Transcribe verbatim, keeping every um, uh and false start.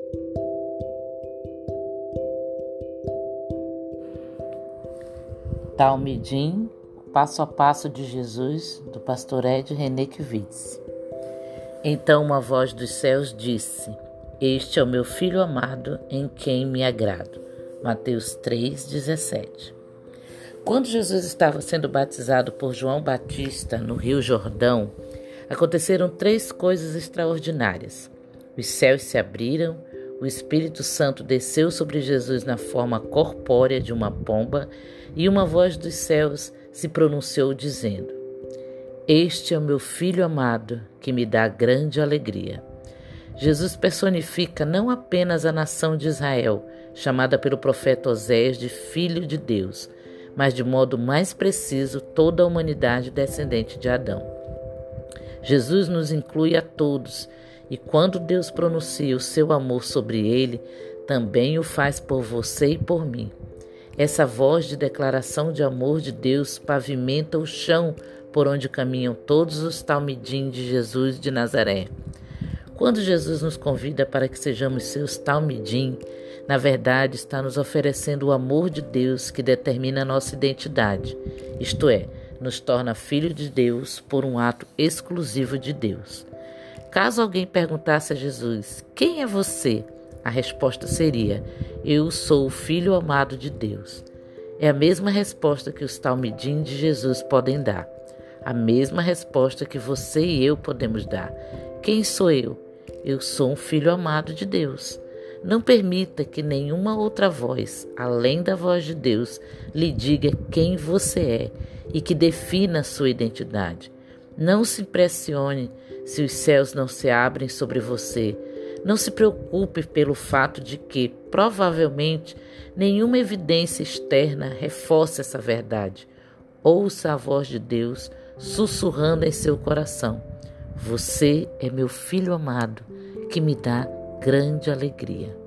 Talmidim, passo a passo de Jesus, do pastor Ed René Kivitz. Então uma voz dos céus disse: Este é o meu filho amado, em quem me agrado. Mateus três, dezessete. Quando Jesus estava sendo batizado por João Batista no Rio Jordão, aconteceram três coisas extraordinárias. Os céus se abriram, o Espírito Santo desceu sobre Jesus na forma corpórea de uma pomba e uma voz dos céus se pronunciou dizendo: Este é o meu Filho amado, que me dá grande alegria. Jesus personifica não apenas a nação de Israel, chamada pelo profeta Oséias de Filho de Deus, mas de modo mais preciso toda a humanidade descendente de Adão. Jesus nos inclui a todos, e quando Deus pronuncia o seu amor sobre ele, também o faz por você e por mim. Essa voz de declaração de amor de Deus pavimenta o chão por onde caminham todos os talmidim de Jesus de Nazaré. Quando Jesus nos convida para que sejamos seus talmidim, na verdade está nos oferecendo o amor de Deus que determina a nossa identidade, isto é, nos torna filho de Deus por um ato exclusivo de Deus. Caso alguém perguntasse a Jesus: quem é você? A resposta seria: eu sou o Filho amado de Deus. É a mesma resposta que os talmidim de Jesus podem dar. A mesma resposta que você e eu podemos dar. Quem sou eu? Eu sou um filho amado de Deus. Não permita que nenhuma outra voz, além da voz de Deus, lhe diga quem você é e que defina a sua identidade. Não se impressione se os céus não se abrem sobre você. Não se preocupe pelo fato de que, provavelmente, nenhuma evidência externa reforce essa verdade. Ouça a voz de Deus sussurrando em seu coração: Você é meu filho amado, que me dá grande alegria.